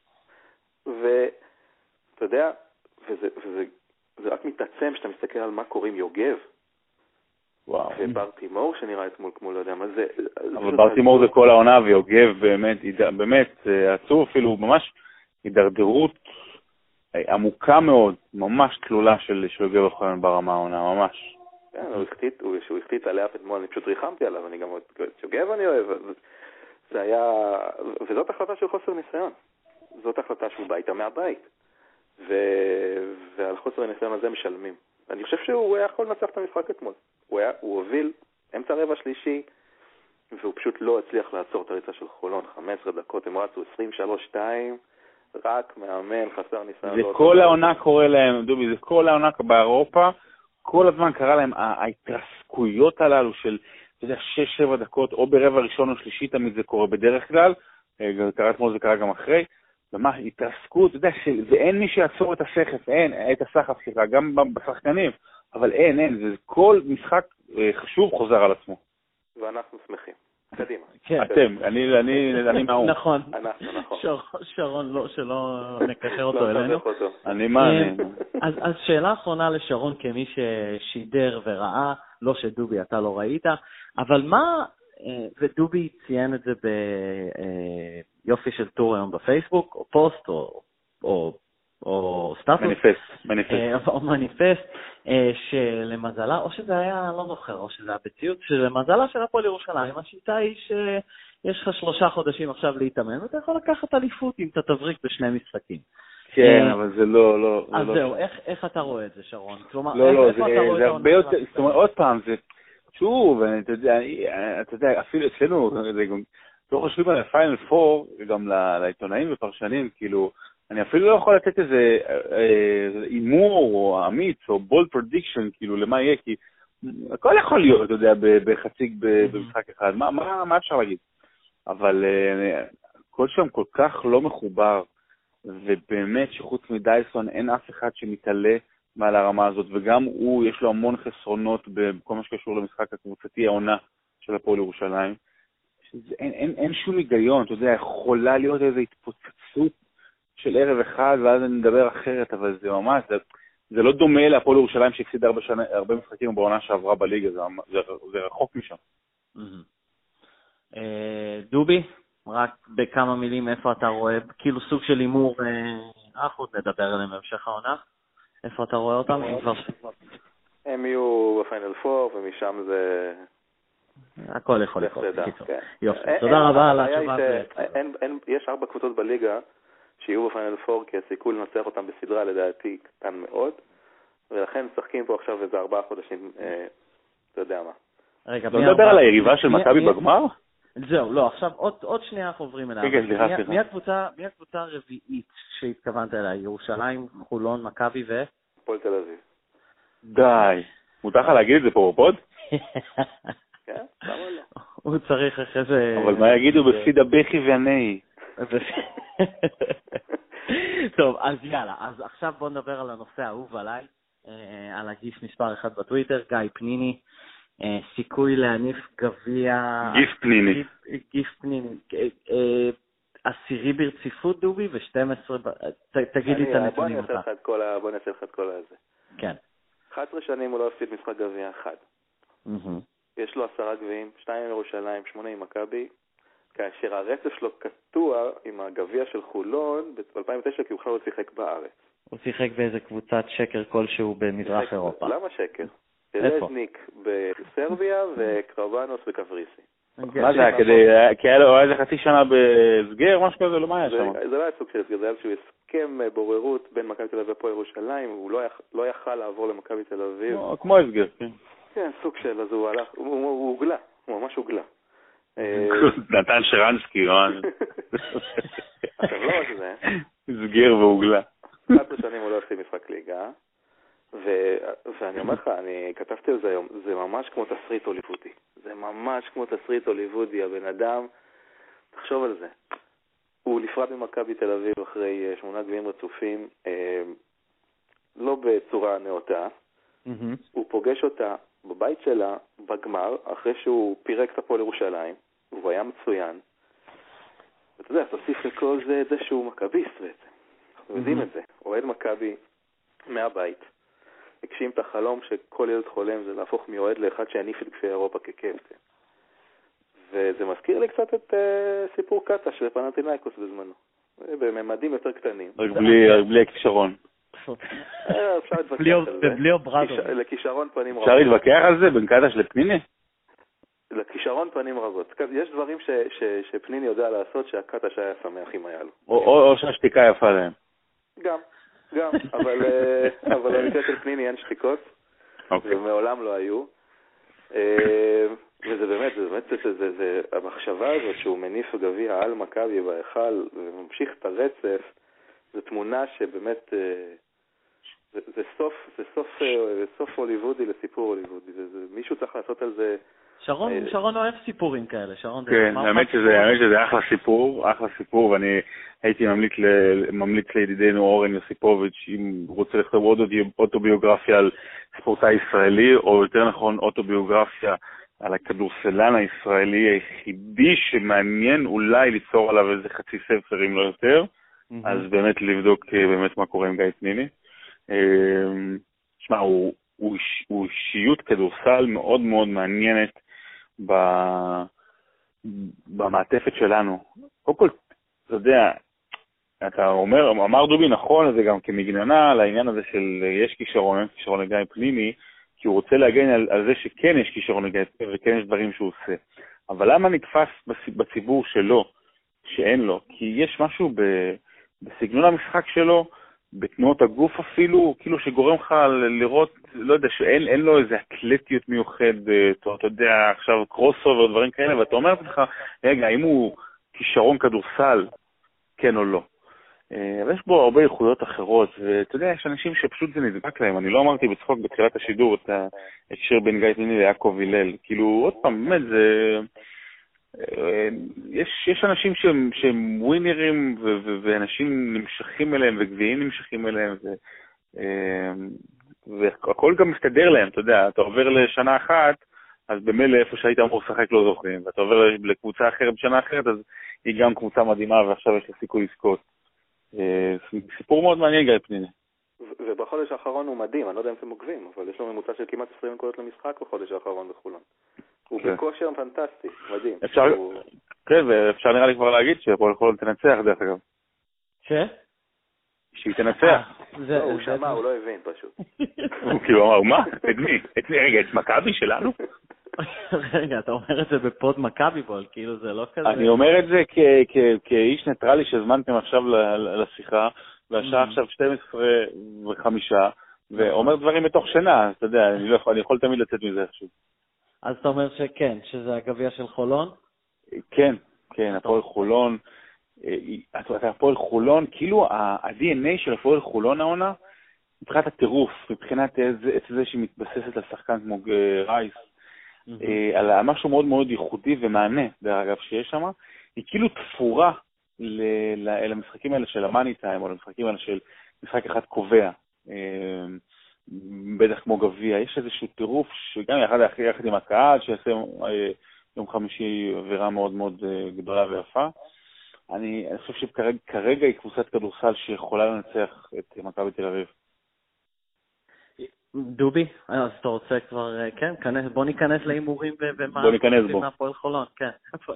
ואתה יודע, וזה רק מתעצם שאתה מסתכל על מה קוראים יוגב. וואו. ובר תימור שנראה אתמול כמו לא יודע מה זה... אבל בר תימור זה כל העונה, ויוגב באמת, באמת, עצוב אפילו, ממש הידרדרות עמוקה מאוד, ממש תלולה של יוגב אוחיון ברמה העונה, ממש. כן, הוא החליט עליה אתמול, אני פשוט ריחמתי עליו, אני גם את יוגב אני אוהב, זה היה, וזאת החלטה של חוסר ניסיון, זאת החלטה שהוא בא איתה מהבית, ועל חוסר הניסיון הזה משלמים. אני חושב שהוא היה יכול לנצח את המשחק אתמול, הוא הוביל אמצע רבע שלישי, והוא פשוט לא הצליח לעצור את הריצה של חולון, חמש עשרה דקות, הם רצו עשרים ושלוש שתיים, רק מאמן, חסר ניסיון. זה כל העונה קורה להם, דובי, זה כל העונה באירופה, כל הזמן קרה להם ההתרסקויות הללו של, אתה יודע, שש שבע דקות, או ברבע ראשון או שלישי, תמיד זה קורה בדרך כלל, קרה אתמול זה קרה גם אחרי, ומה, התרסקות, אתה יודע, ואין מי שיעצור את הסחף, אין, את הסחף, סליחה, גם בשחקנים, אבל אין, אין, זה כל משחק חשוב חוזר על עצמו. ואנחנו שמחים. קדימה. אתם, אני מהאום. נכון. אנחנו, נכון. שרון, שלא נקשר אותו אלינו. אני מאמין. אז שאלה אחרונה לשרון כמי ששידר וראה, לא שדובי אתה לא ראית, אבל מה, ודובי ציין את זה ביופי של טור היום בפייסבוק, או פוסט, או או סטטוס, מניפסט, מניפסט. או מניפסט, שלמזלה, או שזה היה, לא זוכר, או שזה היה בציוץ, שלמזלה של הפועל ירושלים, השיטה היא שיש לך שלושה חודשים עכשיו להתאמן, ואתה יכול לקחת אליפות אם אתה תבריק בשני משחקים. כן, אבל זה לא, לא... אז זהו, איך אתה רואה את זה, שרון? לא, לא, זה הרבה יותר, זאת אומרת, עוד פעם, זה, שוב, אתה יודע, אפילו אצלנו, לא חושבים על הפיינל פור, גם לעיתונאים ופרשנים, כאילו, אני אפילו לא יכול לתת איזה אימור או אמיץ או בולד פרדיקשן, כאילו, למה יהיה, כי הכל יכול להיות, אתה יודע, בחציג במשחק אחד, מה אפשר להגיד? אבל כל שם כל כך לא מחובר, ובאמת שחוץ מדייסון אין אף אחד שמתעלה מעל הרמה הזאת, וגם הוא, יש לו המון חסרונות בכל מה שקשור למשחק הקבוצתי, העונה של הפועל ירושלים. אין, אין, אין שום היגיון, אתה יודע, יכולה להיות איזו התפוצצות של ערב אחד, ואז אני מדבר אחרת, אבל זה ממש, זה, זה לא דומה להפועל ירושלים שהפסיד הרבה, שנה, הרבה משחקים בעונה שעברה בליגה, זה, זה, זה רחוק משם. דובי, רק בכמה מילים איפה אתה רואה, כאילו סוג של אימור, אנחנו עוד נדבר עליהם בהמשך העונה, איפה אתה רואה אותם? הם יהיו בפיינל פור, ומשם זה... הכל יכול לקרות. יופי, תודה רבה על התשובה. יש ארבע קבוצות בליגה שיהיו בפיינל פור, כי הסיכוי לנצח אותם בסדרה לדעתי קטן מאוד, ולכן משחקים פה עכשיו איזה ארבעה חודשים, אה, אתה יודע מה. רגע, לא מדבר על היריבה של מכבי בגמר? זהו, לא, עכשיו עוד, עוד שנייה אנחנו עוברים אליה. כן, סליחה, סליחה. מי הקבוצה, מי הקבוצה הרביעית שהתכוונת אליה? ירושלים, חולון, מכבי ו... הפועל תל אביב. די. מותר לך להגיד את זה פה בפוד? כן, למה לא? הוא צריך אחרי זה... אבל מה יגידו בפיד הבכי והנאי? טוב, אז יאללה, אז עכשיו בוא נדבר על הנושא האהוב עליי, על הגיף מספר אחד בטוויטר, גיא פניני, סיכוי להניף גביע... גיף פניני. גיף פניני. עשירי ברציפות דובי ו-שתים עשרה... תגיד לי את הנתונים. בוא נעשה לך את כל ה... בוא נעשה לך את כל הזה. כן. אחת עשרה שנים הוא לא הפסיד משחק גביע אחד. יש לו עשרה גביעים, שתיים עם ירושלים, שמונה עם מכבי, כאשר הרצף שלו קטוע עם הגביע של חולון ב-אלפיים ותשע, כי הוא בכלל לא שיחק בארץ. הוא שיחק באיזה קבוצת שקר כלשהו במזרח אירופה. למה שקר? טלזניק בסרביה וקרבנוס בקפריסי. מה זה היה? כדי, כי היה לו איזה חצי שנה בסגר, משהו כזה, לא מה היה שם? זה לא היה סוג של סגר, זה היה איזשהו הסכם בוררות בין מכבי תל אביב ופה ירושלים, הוא לא יכל לעבור למכבי תל אביב. כמו הסגר, כן. כן, סוג של, אז הוא הלך, הוא הוגלה, הוא ממש הוגלה. נתן שרנסקי, לא? עכשיו לא רק זה. סגר והוגלה. אחת השנים הוא לא עושה משחק ליגה, ואני אומר לך, אני כתבתי על זה היום, זה ממש כמו תסריט הוליוודי. זה ממש כמו תסריט הוליוודי, הבן אדם, תחשוב על זה. הוא נפרד ממכבי תל אביב אחרי שמונה גביעים רצופים, לא בצורה נאותה, הוא פוגש אותה בבית שלה, בגמר, אחרי שהוא פירק את הפועל ירושלים, והוא היה מצוין. ואתה יודע, תוסיף לכל זה את זה שהוא מכביסט בעצם. אנחנו יודעים את זה. אוהד מכבי מהבית. הגשים את החלום שכל ילד חולם זה להפוך מיועד לאחד שהניף את גביע אירופה כקפטן. וזה מזכיר לי קצת את uh, סיפור קטה של פנתינייקוס בזמנו. בממדים יותר קטנים. רק בלי, בלי הכישרון. אפשר להתווכח על זה. בלי אוברדו. לכישרון פנים רבות. אפשר להתווכח על זה בין קטש לפניני? לכישרון פנים רבות. יש דברים ש, ש, שפניני יודע לעשות שהקטש היה שמח אם היה לו. או, או, או שהשתיקה יפה להם. גם, גם. אבל, אבל במקרה של פניני אין שתיקות. אוקיי. ומעולם לא היו. וזה באמת, זה באמת, זה, זה, זה, המחשבה הזאת שהוא מניף גביע על מכבי בהיכל וממשיך את הרצף, זו תמונה שבאמת, זה, זה סוף, זה סוף, זה סוף הוליוודי לסיפור הוליוודי. זה, זה, מישהו צריך לעשות על זה. שרון, שרון אוהב סיפורים כאלה, שרון. כן, האמת שזה, האמת שזה אחלה סיפור, אחלה סיפור, ואני הייתי ממליץ, ממליץ לידידנו אורן יוסיפוביץ' אם רוצה לכתוב עוד אוטוביוגרפיה על ספורטאי ישראלי, או יותר נכון אוטוביוגרפיה על הכדורסלן הישראלי היחידי שמעניין אולי ליצור עליו איזה חצי ספר אם לא יותר, אז באמת לבדוק באמת מה קורה עם גיא פניני. שמע, הוא, הוא, הוא אישיות כדורסל מאוד מאוד מעניינת במעטפת שלנו. קודם כל, אתה יודע, אתה אומר, אמר דובי נכון לזה גם כמגננה לעניין הזה של יש כישרון, אין כישרון לגיא פניני, כי הוא רוצה להגן על, על זה שכן יש כישרון לגיא פניני וכן יש דברים שהוא עושה. אבל למה נתפס בציבור שלו שאין לו? כי יש משהו ב, בסגנון המשחק שלו, בתנועות הגוף אפילו, כאילו שגורם לך לראות, לא יודע, שאין אין לו איזה אתלטיות מיוחד, אתה, אתה יודע, עכשיו קרוסובר, דברים כאלה, ואתה אומר לך, רגע, האם הוא כישרון כדורסל, כן או לא? אבל יש בו הרבה איכויות אחרות, ואתה יודע, יש אנשים שפשוט זה נדבק להם. אני לא אמרתי בצחוק בתחילת השידור את ההקשר בין גיא פניני ליעקב הלל. כאילו, עוד פעם, באמת, זה... יש, יש אנשים שהם, שהם ווינרים, ו- ו- ואנשים נמשכים אליהם, וגביעים נמשכים אליהם, ו- והכל גם מסתדר להם, אתה יודע, אתה עובר לשנה אחת, אז במילא איפה שהיית אמור לשחק לא זוכרים, ואתה עובר לקבוצה אחרת בשנה אחרת, אז היא גם קבוצה מדהימה, ועכשיו יש לה סיכוי לזכות. סיפור מאוד מעניין גיא פניני. ובחודש האחרון הוא מדהים, אני לא יודע אם אתם עוקבים, אבל יש לו ממוצע של כמעט עשרים נקודות למשחק בחודש האחרון בחולון. הוא בכושר פנטסטי, מדהים. כן, ואפשר נראה לי כבר להגיד שהפועל חולון תנצח דרך אגב. ש? שהיא תנצח. הוא שמע, הוא לא הבין פשוט. הוא כאילו אמר, מה? את מי? רגע, את מכבי שלנו? רגע, אתה אומר את זה בפוד מכבי בול, כאילו זה לא כזה... אני אומר את זה כאיש ניטרלי שהזמנתם עכשיו לשיחה, והשעה עכשיו שתים עשרה וחמישה, ואומר דברים מתוך שינה, אתה יודע, אני יכול תמיד לצאת מזה עכשיו. אז אתה אומר שכן, שזה הגביע של חולון? כן, כן, הפועל חולון, הפועל חולון, כאילו ה-די אן איי של הפועל חולון העונה, מבחינת הטירוף, מבחינת זה שהיא מתבססת על שחקן כמו רייס, על משהו מאוד מאוד ייחודי ומענה, דרך אגב, שיש שם, היא כאילו תפורה למשחקים האלה של המאני טיים, או למשחקים האלה של משחק אחד קובע, בטח כמו גביע. יש איזשהו טירוף שגם יחד, יחד עם הקהל, שיעשה יום חמישי עבירה מאוד מאוד גדולה ויפה. אני, אני חושב שכרגע היא קבוצת כדורסל שיכולה לנצח את מכבי תל אביב. דובי, אז אתה רוצה כבר, כן, בוא ניכנס להימורים ומה... בוא ניכנס בו. מהפועל חולון, כן.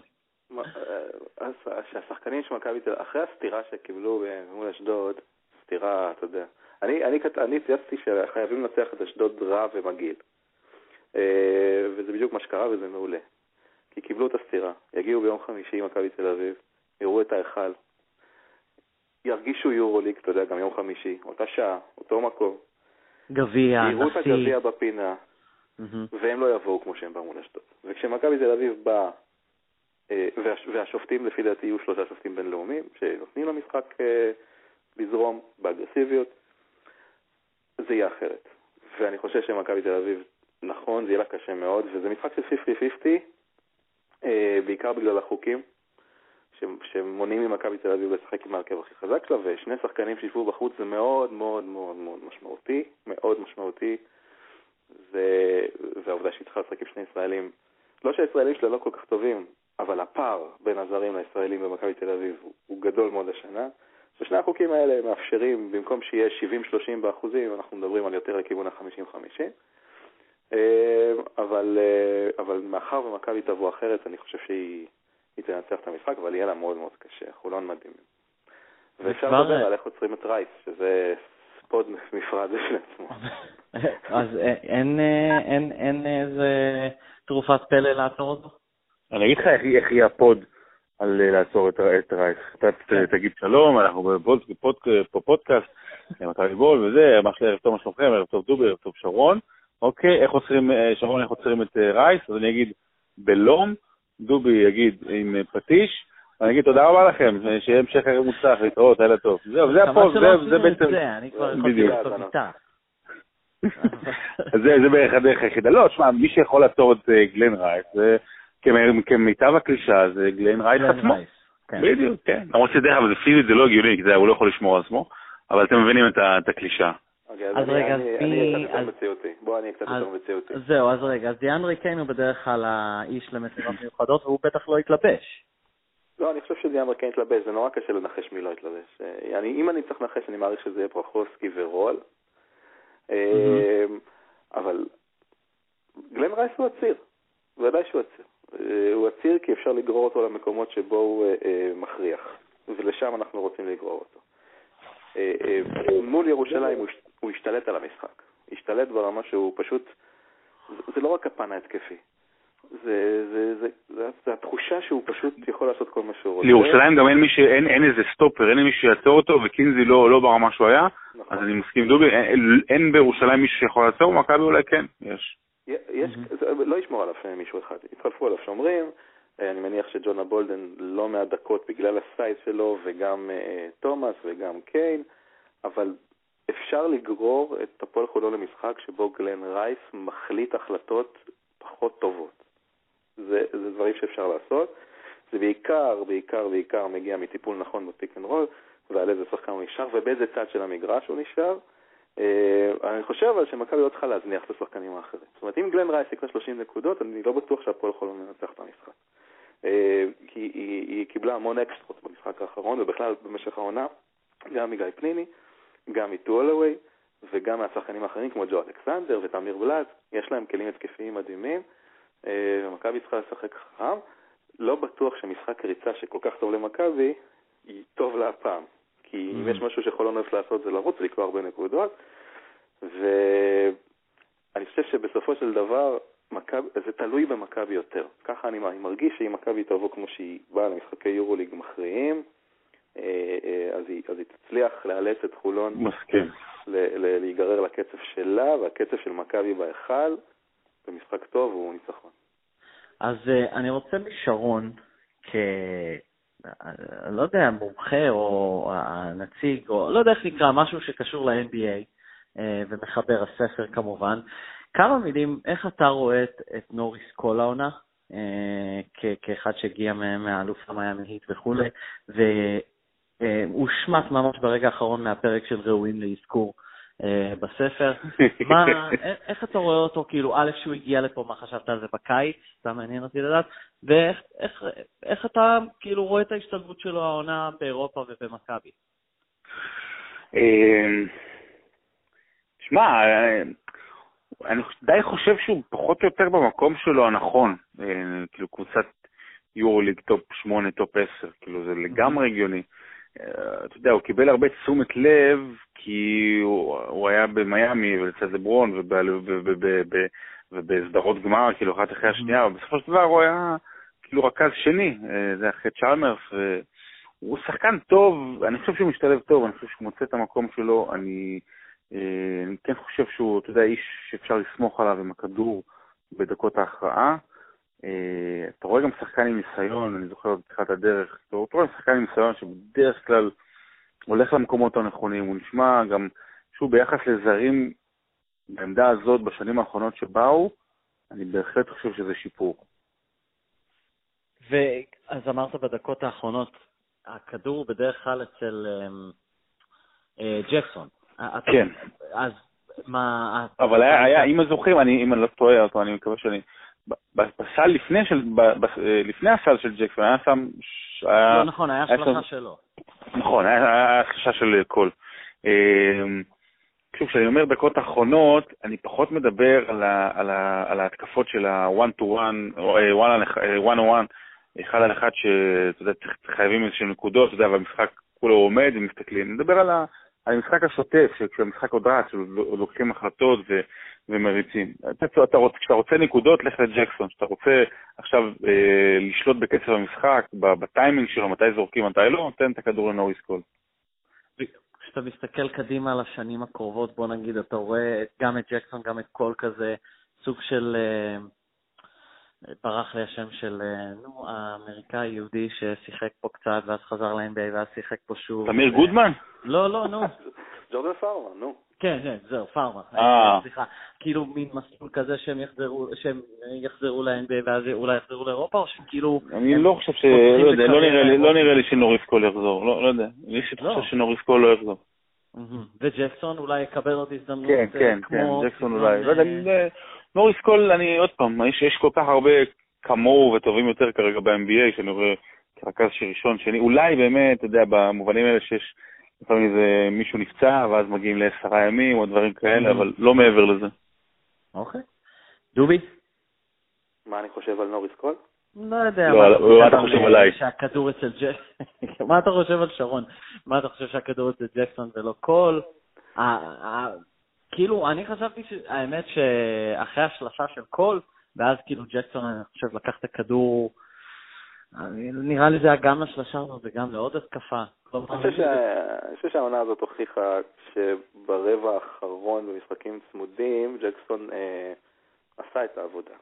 אז שהשחקנים של מכבי תל אביב, אחרי הסתירה שקיבלו מול אשדוד, סתירה, אתה יודע, אני, אני, אני צייצתי שחייבים לנצח את אשדוד רע ומגעיל. וזה בדיוק מה שקרה וזה מעולה. כי קיבלו את הסתירה, יגיעו ביום חמישי מכבי תל אביב, יראו את ההיכל, ירגישו יורוליג, אתה יודע, גם יום חמישי, אותה שעה, אותו מקום. גביע, יראו את הגביע בפינה, והם לא יבואו כמו שהם באו מול אשדוד. וכשמכבי תל אביב בא, והשופטים לפי דעתי יהיו שלושה שופטים בינלאומיים, שנותנים למשחק לזרום באגרסיביות, זה יהיה אחרת. ואני חושב שמכבי תל אביב, נכון, זה יהיה לה קשה מאוד, וזה משחק של חמישים חמישים, בעיקר בגלל החוקים, שמונעים ממכבי תל אביב לשחק עם ההרכב הכי חזק שלה, ושני שחקנים שישבו בחוץ זה מאוד מאוד מאוד מאוד משמעותי, מאוד משמעותי, והעובדה שהיא צריכה לשחק עם שני ישראלים, לא שהישראלים שלה לא כל כך טובים, אבל הפער בין הזרים לישראלים במכבי תל אביב הוא גדול מאוד השנה, ושני החוקים האלה מאפשרים, במקום שיהיה שבעים שלושים באחוזים, אנחנו מדברים על יותר לכיוון ה-חמישים חמישים, אבל, אבל מאחר ומכבי תבוא אחרת, אני חושב שהיא היא תנצח את המשחק, אבל יהיה לה מאוד מאוד קשה, חולון מדהים. ואפשר לדבר על איך עוצרים את רייס, שזה ספוד מפרד של עצמו. אז אין, אין, אין איזה תרופת פלא לעצור אותו? אני אגיד לך איך יהיה הפוד על לעצור את רייס. אתה תגיד שלום, אנחנו בפודקאסט, מכבי בול וזה, מה ערב טוב, מה שלומכם, ערב טוב דובי, ערב טוב שרון. אוקיי, איך עוצרים, שרון, איך עוצרים את רייס? אז אני אגיד בלום, דובי יגיד עם פטיש, ואני אגיד תודה רבה לכם, שיהיה המשך ערב מוצלח, להתראות, לילה טוב. זהו, זה הפוד, זה בעצם... אני כבר יכולתי לעשות איתה. זה בערך הדרך היחידה. לא, תשמע, מי שיכול לעצור את גלן רייס, כמיטב הקלישה, זה גלן רייס עצמו. בדיוק, כן. למרות שדרך אבל זה פיזית, זה לא הגיוני, כי הוא לא יכול לשמור על עצמו, אבל אתם מבינים את הקלישה. אז רגע, אז אני קצת יותר מציאותי. בוא, אני קצת יותר מציאותי. זהו, אז רגע, אז דיאנדרי קיין הוא בדרך כלל האיש למסירות מיוחדות, והוא בטח לא יתלבש. לא, אני חושב שדיאנדרי קיין יתלבש, זה נורא קשה לנחש מי לא יתלבש. אם אני צריך לנחש, אני מעריך שזה יהיה פרחוסקי ורול. אבל גלן רייס הוא עציר. ודאי שהוא עציר. הוא עציר כי אפשר לגרור אותו למקומות שבו הוא מכריח. ולשם אנחנו רוצים לגרור אותו. מול ירושלים הוא השתלט על המשחק. השתלט ברמה שהוא פשוט, זה לא רק הפן ההתקפי. זה, זה, זה, זה, זה התחושה שהוא פשוט יכול לעשות כל מה שהוא רוצה. לירושלים גם אין מי ש... אין, אין איזה סטופר, אין מי שיעצור אותו, וקינזי לא, לא ברמה שהוא היה. נכון. אז אני מסכים דובי, אין, אין בירושלים מישהו שיכול לעצור, מכבי אולי כן, יש. יש, mm-hmm. לא ישמור עליו מישהו אחד. התחלפו עליו שומרים, אני מניח שג'ונה בולדן לא מהדקות בגלל הסייז שלו, וגם uh, תומאס וגם קיין, אבל אפשר לגרור את הפועל חולון למשחק שבו גלן רייס מחליט החלטות פחות טובות. זה, זה דברים שאפשר לעשות. זה בעיקר, בעיקר, בעיקר מגיע מטיפול נכון בפיק אנד רול, ועל איזה שחקן הוא נשאר, ובאיזה צד של המגרש הוא נשאר. Uh, אני חושב אבל שמכבי לא צריכה להזניח את השחקנים האחרים. זאת אומרת, אם גלן רייס יקרה שלושים נקודות, אני לא בטוח שהפועל חולון ינצח את המשחק. Uh, כי היא, היא קיבלה המון אקסטרות במשחק האחרון, ובכלל במשך העונה, גם מגיא פניני, גם מטואלווי, וגם מהשחקנים האחרים כמו ג'ו אלכסנדר ותמיר בלאט, יש להם כלים התקפיים מדהימים, uh, ומכבי צריכה לשחק חכם. לא בטוח שמשחק ריצה שכל כך טוב למכבי, היא טוב לה הפעם. כי אם יש משהו שחולון אוהב לעשות זה לרוץ ולקרוא הרבה נקודות, ואני חושב שבסופו של דבר מכבי, זה תלוי במכבי יותר. ככה אני, אני מרגיש שאם מכבי תבוא כמו שהיא באה למשחקי יורוליג מכריעים, אז היא, אז היא תצליח לאלץ את חולון מסכים. ל, ל, להיגרר לקצב שלה, והקצב של מכבי בהיכל, במשחק טוב הוא ניצחון. אז אני רוצה משרון, כ... לא יודע, מומחה או הנציג, או לא יודע איך נקרא, משהו שקשור ל-אן בי איי, ומחבר הספר כמובן. כמה מילים, איך אתה רואה את, את נוריס קול העונה, כ- כאחד שהגיע מהאלוף המיאמי היט וכו', והוא שמט ממש ברגע האחרון מהפרק של ראויים לאזכור בספר. מה, איך אתה רואה אותו, כאילו, א' שהוא הגיע לפה, מה חשבת על זה בקיץ, זה מעניין אותי לדעת, ואיך איך, איך אתה כאילו רואה את ההשתלבות שלו העונה באירופה ובמכבי? שמע, אני די חושב שהוא פחות או יותר במקום שלו הנכון, כאילו קבוצת יורוליג טופ שמונה, טופ עשר, כאילו זה לגמרי הגיוני. אתה יודע, הוא קיבל הרבה תשומת לב, כי הוא, הוא היה במיימי ולצד לברון ובסדרות גמר, כאילו אחת אחרי השנייה, ובסופו של דבר הוא היה כאילו רכז שני, זה אחרי צ'למרס, והוא שחקן טוב, אני חושב שהוא משתלב טוב, אני חושב שהוא מוצא את המקום שלו, אני... אני כן חושב שהוא, אתה יודע, איש שאפשר לסמוך עליו עם הכדור בדקות ההכרעה. אתה רואה גם שחקן עם ניסיון, אני זוכר בתחילת הדרך, אתה רואה שחקן עם ניסיון שבדרך כלל הולך למקומות הנכונים, הוא נשמע גם, שהוא ביחס לזרים בעמדה הזאת בשנים האחרונות שבאו, אני בהחלט חושב שזה שיפור. ואז אמרת בדקות האחרונות, הכדור בדרך כלל אצל ג'קסון. כן. אז מה... אבל היה, היה, אם זוכרים, אני, אם אני לא טועה אותו, אני מקווה שאני... בסל לפני של, לפני הסל של ג'קסון, היה שם... לא נכון, היה שלושה שלו. נכון, היה שלושה של קול. שוב, כשאני אומר דקות האחרונות, אני פחות מדבר על ההתקפות של ה-one to one, או one on one, אחד על אחד שאתה יודע, חייבים איזושהי נקודות, אתה יודע, והמשחק כולו עומד ומסתכלים. אני מדבר על ה... המשחק השוטף, כשהמשחק עוד רץ, לוקחים החלטות ו- ומריצים. אתה, אתה רוצה, כשאתה רוצה נקודות, לך לג'קסון. כשאתה רוצה עכשיו אה, לשלוט בקצב המשחק, בטיימינג שלו, מתי זורקים, מתי לא, נותן את הכדור לנוריס קול. כשאתה מסתכל קדימה לשנים הקרובות, בוא נגיד, אתה רואה גם את ג'קסון, גם את קול כזה, סוג של... אה, ברח לי השם של, נו, האמריקאי יהודי ששיחק פה קצת, ואז חזר ל-אן בי איי, ואז שיחק פה שוב. תמיר גודמן? לא, לא, נו. ג'ורדן פארמה, נו. כן, כן, זהו, פארמה. סליחה. כאילו מין מסלול כזה שהם יחזרו, שהם יחזרו ל-אן בי איי, ואז אולי יחזרו לאירופה, או שכאילו... אני לא חושב ש... לא יודע, לא נראה לי שנוריס קול יחזור, לא יודע. יש לי חושב שנוריס קול לא יחזור. וג'קסון אולי יקבל עוד הזדמנות. כן, כן, כן, ג'קסון אולי. לא יודע, נוריס קול, אני עוד פעם, יש, יש כל כך הרבה כמוהו וטובים יותר כרגע ב-אן בי איי, שאני רואה כרכז ראשון, שני, אולי באמת, אתה יודע, במובנים האלה שיש לפעמים איזה מישהו נפצע, ואז מגיעים לעשרה ימים או דברים כאלה, אבל לא מעבר לזה. אוקיי. דובי? מה אני חושב על נוריס קול? לא יודע. מה אתה חושב עליי? שהכדור אצל ג'קסון, מה אתה חושב על שרון? מה אתה חושב שהכדור אצל ג'קסון ולא קול? כאילו, אני חשבתי שהאמת שאחרי השלשה של קול, ואז כאילו ג'קסון, אני חושב, לקח את הכדור, נראה לי זה היה גם לשלשה הזאת וגם לעוד התקפה. אני חושב שהעונה הזאת הוכיחה שברבע האחרון במשחקים צמודים, ג'קסון עשה את העבודה.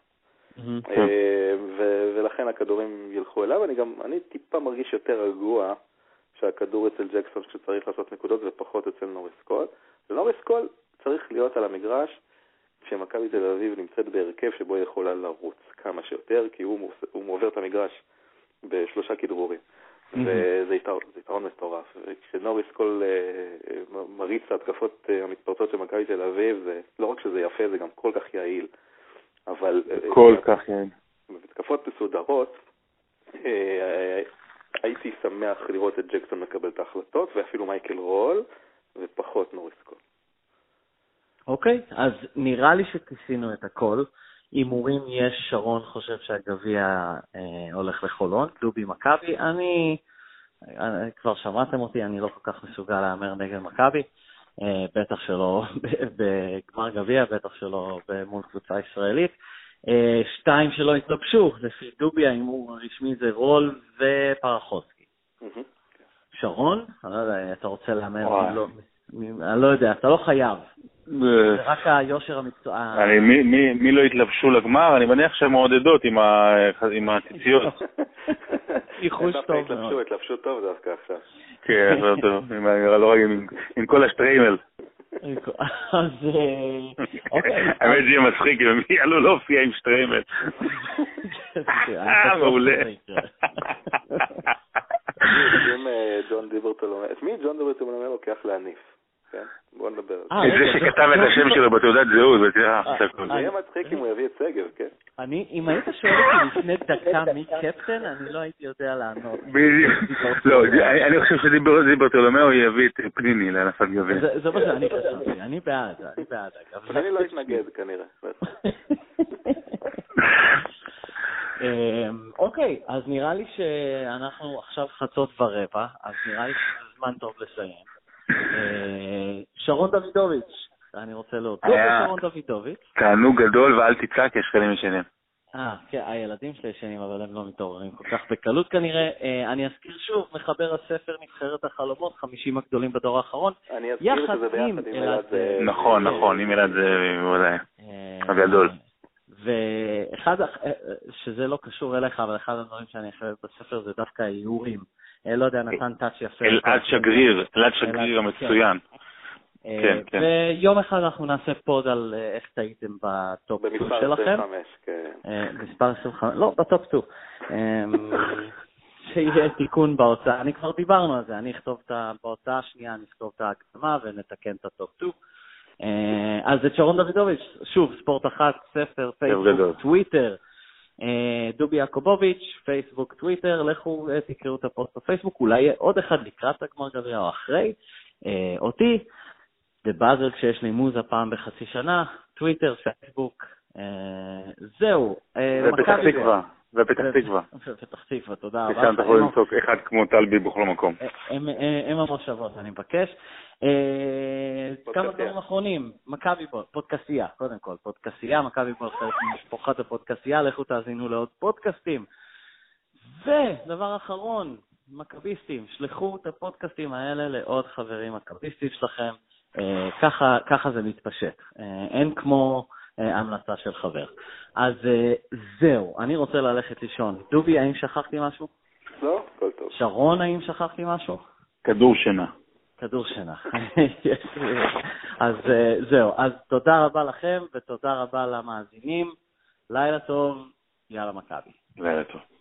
ולכן הכדורים ילכו אליו. אני גם, אני טיפה מרגיש יותר רגוע שהכדור אצל ג'קסון שצריך לעשות נקודות ופחות אצל נוריס קול. ונוריס קול צריך להיות על המגרש כשמכבי תל אביב נמצאת בהרכב שבו היא יכולה לרוץ כמה שיותר, כי הוא, הוא מועבר את המגרש בשלושה כדרורים. וזה יתרון מטורף. וכשנוריס קול מריץ את ההתקפות המתפרצות של מכבי תל אביב, זה לא רק שזה יפה, זה גם כל כך יעיל. אבל... כל כך יעיל. בהתקפות מסודרות, הייתי שמח לראות את ג'קסון מקבל את ההחלטות, ואפילו מייקל רול, ופחות נוריס קול. אוקיי, אז נראה לי שכיסינו את הכל. הימורים יש, שרון חושב שהגביע אה, הולך לחולון, דובי מכבי. אני, אני, כבר שמעתם אותי, אני לא כל כך מסוגל להאמר נגד מכבי, אה, בטח שלא בגמר גביע, בטח שלא מול קבוצה ישראלית. שתיים שלא התלבשו, לפי דובי, ההימור הרשמי זה רול ופרחוסקי. שרון, אני לא יודע, אתה רוצה לאמר, אני לא יודע, אתה לא חייב. זה רק היושר המקצוע. מי לא התלבשו לגמר? אני מניח שהן מעודדות עם הציציות. ייחוש טוב מאוד. התלבשו טוב דווקא עכשיו. כן, טוב, עם כל השטריימל. אז אוקיי. האמת זה מצחיק, מי עלו להופיע עם שטריימל. אה, מעולה. אם ג'ון דיברטולומה, את מי ג'ון דיברטולומה לוקח להניף? כן? בואו נדבר על זה. זה שכתב את השם שלו בתעודת זהות, ותראה, זה יהיה מצחיק אם הוא יביא את סגב, כן? אני, אם היית שואל אותי לפני דקה מי קפטן, אני לא הייתי יודע לענות. בדיוק. לא, אני חושב שדיברטולומה הוא יביא את פניני להנפת גביע. זה מה שאני חשבתי, אני בעד, אני בעד. אני לא אתנגד כנראה. אוקיי, אז נראה לי שאנחנו עכשיו חצות ורבע, אז נראה לי שזה זמן טוב לסיים. שרון דוידוביץ', אני רוצה להודות לשרון דוידוביץ'. תענוג גדול ואל תצעק, יש חיילים ישנים. אה, כן, הילדים שלי ישנים, אבל הם לא מתעוררים כל כך בקלות כנראה. אני אזכיר שוב, מחבר הספר נבחרת החלומות, חמישים הגדולים בדור האחרון. אני אזכיר שזה ביחד עם אלעד. נכון, נכון, עם אלעד זה ודאי. הגדול. ואחד, שזה לא קשור אליך, אבל אחד הדברים שאני חייב בספר זה דווקא האיורים. לא יודע, נתן טאץ' יפה. אלעד שגריר, אלעד שגריר המצוין. כן, כן. ויום אחד אנחנו נעשה פוד על איך טעיתם בטופ שתיים שלכם. במספר עשרים וחמש, כן. מספר עשרים וחמש, לא, בטופ שתיים. שיהיה תיקון בהוצאה, אני כבר דיברנו על זה, אני אכתוב את בהוצאה השנייה, אני אכתוב את ההקדמה ונתקן את הטופ שתיים. אז זה שרון דוידוביץ', שוב, ספורט אחת, ספר, פייסבוק, טוויטר, דובי יעקובוביץ', פייסבוק, טוויטר, לכו תקראו את הפוסט בפייסבוק, אולי יהיה עוד אחד לקראת הגמר גביע או אחרי, אותי, בבאזל כשיש לי מוזה פעם בחצי שנה, טוויטר, פייסבוק, זהו. ופתח תקווה. ופתח תקווה. ופתח תקווה, תודה רבה. ושם תוכלו למצוא אחד כמו טלבי בכל מקום. הם המושבות, אני מבקש. כמה דברים אחרונים, מכבי פודקאסיה, קודם כל, פודקאסיה, מכבי חלק משפחת הפודקאסיה, לכו תאזינו לעוד פודקאסטים. ודבר אחרון, מכביסטים, שלחו את הפודקאסטים האלה לעוד חברים מכביסטים שלכם, ככה, ככה זה מתפשט, אין כמו המלצה של חבר. אז זהו, אני רוצה ללכת לישון. דובי, האם שכחתי משהו? לא, כל טוב. שרון, האם שכחתי משהו? כדור שינה. כדור שינה. אז זהו, אז תודה רבה לכם ותודה רבה למאזינים. לילה טוב, יאללה מכבי. לילה טוב.